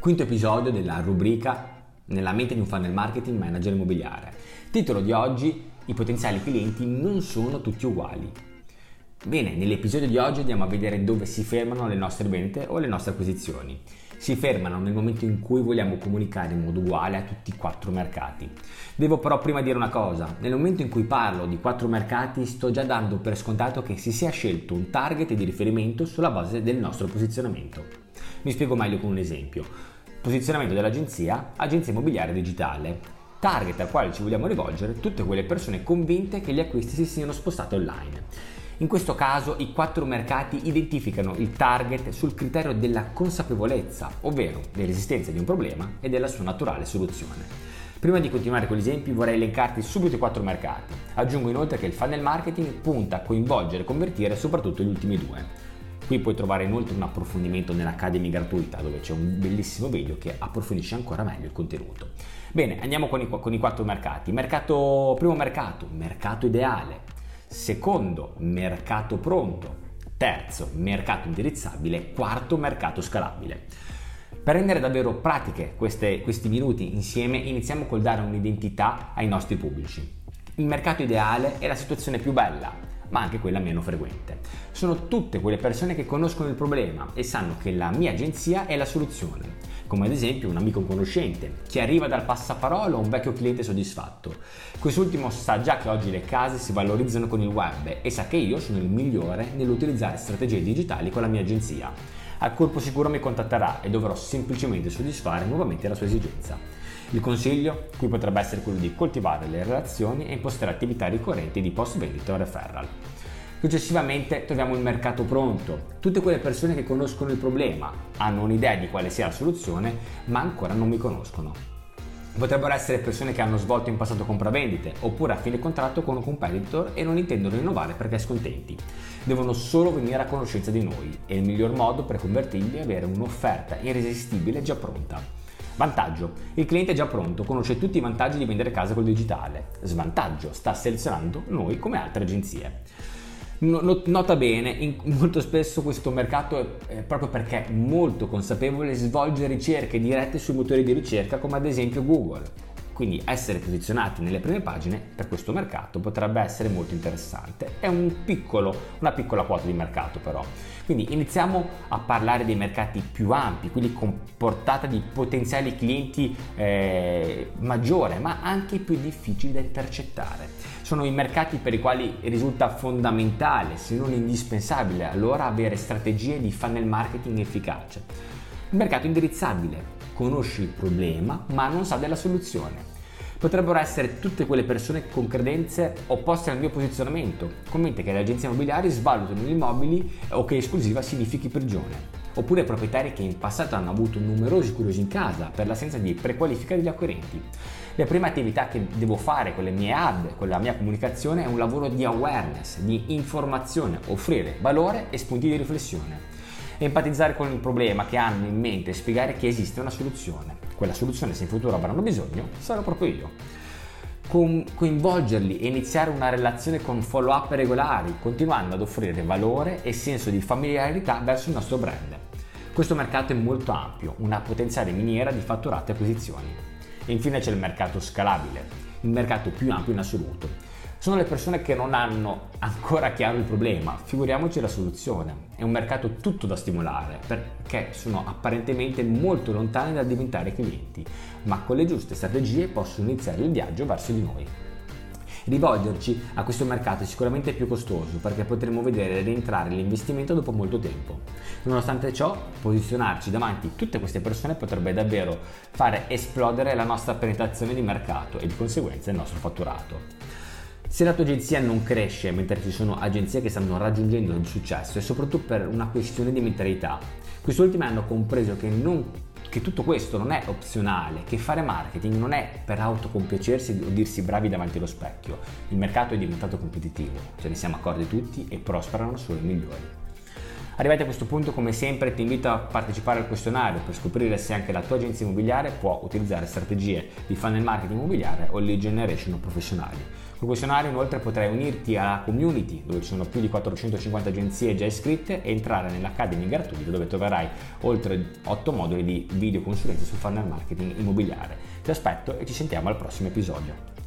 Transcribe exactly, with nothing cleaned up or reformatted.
Quinto episodio della rubrica Nella mente di un funnel marketing manager immobiliare. Titolo di oggi: i potenziali clienti non sono tutti uguali. Bene, nell'episodio di oggi andiamo a vedere dove si fermano le nostre vendite o le nostre acquisizioni. Si fermano nel momento in cui vogliamo comunicare in modo uguale a tutti i quattro mercati. Devo però prima dire una cosa: nel momento in cui parlo di quattro mercati sto già dando per scontato che si sia scelto un target di riferimento sulla base del nostro posizionamento. Mi spiego meglio con un esempio. Posizionamento dell'agenzia, agenzia immobiliare digitale. Target al quale ci vogliamo rivolgere tutte quelle persone convinte che gli acquisti si siano spostati online. In questo caso i quattro mercati identificano il target sul criterio della consapevolezza, ovvero dell'esistenza di un problema e della sua naturale soluzione. Prima di continuare con gli esempi vorrei elencarti subito i quattro mercati. Aggiungo inoltre che il funnel marketing punta a coinvolgere e convertire soprattutto gli ultimi due. Qui puoi trovare inoltre un approfondimento nell'Academy gratuita, dove c'è un bellissimo video che approfondisce ancora meglio il contenuto. Bene, andiamo con i, con i quattro mercati. Mercato, primo mercato, mercato ideale. Secondo, mercato pronto. Terzo, mercato indirizzabile. Quarto, mercato scalabile. Per rendere davvero pratiche queste, questi minuti insieme, iniziamo col dare un'identità ai nostri pubblici. Il mercato ideale è la situazione più bella, ma anche quella meno frequente. Sono tutte quelle persone che conoscono il problema e sanno che la mia agenzia è la soluzione, come ad esempio un amico conoscente che arriva dal passaparola o un vecchio cliente soddisfatto. Quest'ultimo sa già che oggi le case si valorizzano con il web e sa che io sono il migliore nell'utilizzare strategie digitali con la mia agenzia. Al colpo sicuro mi contatterà e dovrò semplicemente soddisfare nuovamente la sua esigenza. Il consiglio qui potrebbe essere quello di coltivare le relazioni e impostare attività ricorrenti di post vendita o referral. Successivamente troviamo il mercato pronto, tutte quelle persone che conoscono il problema, hanno un'idea di quale sia la soluzione, ma ancora non mi conoscono. Potrebbero essere persone che hanno svolto in passato compravendite, oppure a fine contratto con un competitor e non intendono rinnovare perché scontenti. Devono solo venire a conoscenza di noi e il miglior modo per convertirli è avere un'offerta irresistibile già pronta. Vantaggio: il cliente è già pronto, conosce tutti i vantaggi di vendere casa col digitale. Svantaggio: sta selezionando noi come altre agenzie. No, nota bene, in, molto spesso questo mercato è, è proprio perché è molto consapevole svolge ricerche dirette sui motori di ricerca come ad esempio Google. Quindi essere posizionati nelle prime pagine per questo mercato potrebbe essere molto interessante. È un piccolo, una piccola quota di mercato però. Quindi iniziamo a parlare dei mercati più ampi, quelli con portata di potenziali clienti eh, maggiore, ma anche più difficili da intercettare. Sono i mercati per i quali risulta fondamentale, se non indispensabile, allora avere strategie di funnel marketing efficace. Il mercato indirizzabile: conosce il problema ma non sa della soluzione. Potrebbero essere tutte quelle persone con credenze opposte al mio posizionamento, convinte che le agenzie immobiliari svalutano gli immobili o che esclusiva significhi prigione, oppure proprietari che in passato hanno avuto numerosi curiosi in casa per l'assenza di prequalifica degli acquirenti. La prima attività che devo fare con le mie ad, con la mia comunicazione, è un lavoro di awareness, di informazione, offrire valore e spunti di riflessione. Empatizzare con il problema che hanno in mente e spiegare che esiste una soluzione. Quella soluzione, se in futuro avranno bisogno, sarò proprio io. Con, coinvolgerli e iniziare una relazione con follow up regolari, continuando ad offrire valore e senso di familiarità verso il nostro brand. Questo mercato è molto ampio, una potenziale miniera di fatturati e acquisizioni. E infine c'è il mercato scalabile, il mercato più ampio in assoluto. Sono le persone che non hanno ancora chiaro il problema, figuriamoci la soluzione. È un mercato tutto da stimolare perché sono apparentemente molto lontani dal diventare clienti, ma con le giuste strategie possono iniziare il viaggio verso di noi. Rivolgerci a questo mercato è sicuramente più costoso perché potremo vedere rientrare l'investimento dopo molto tempo. Nonostante ciò, posizionarci davanti a tutte queste persone potrebbe davvero fare esplodere la nostra penetrazione di mercato e di conseguenza il nostro fatturato. Se la tua agenzia non cresce mentre ci sono agenzie che stanno raggiungendo il successo, è soprattutto per una questione di mentalità. Quest'ultime hanno compreso che, non, che tutto questo non è opzionale, che fare marketing non è per autocompiacersi o dirsi bravi davanti allo specchio. Il mercato è diventato competitivo, ce ne siamo accorti tutti e prosperano solo i migliori. Arrivati a questo punto, come sempre, ti invito a partecipare al questionario per scoprire se anche la tua agenzia immobiliare può utilizzare strategie di funnel marketing immobiliare o lead generation professionali. Col questionario inoltre potrai unirti alla community dove ci sono più di quattrocentocinquanta agenzie già iscritte e entrare nell'Academy gratuita dove troverai oltre otto moduli di video consulenze sul funnel marketing immobiliare. Ti aspetto e ci sentiamo al prossimo episodio.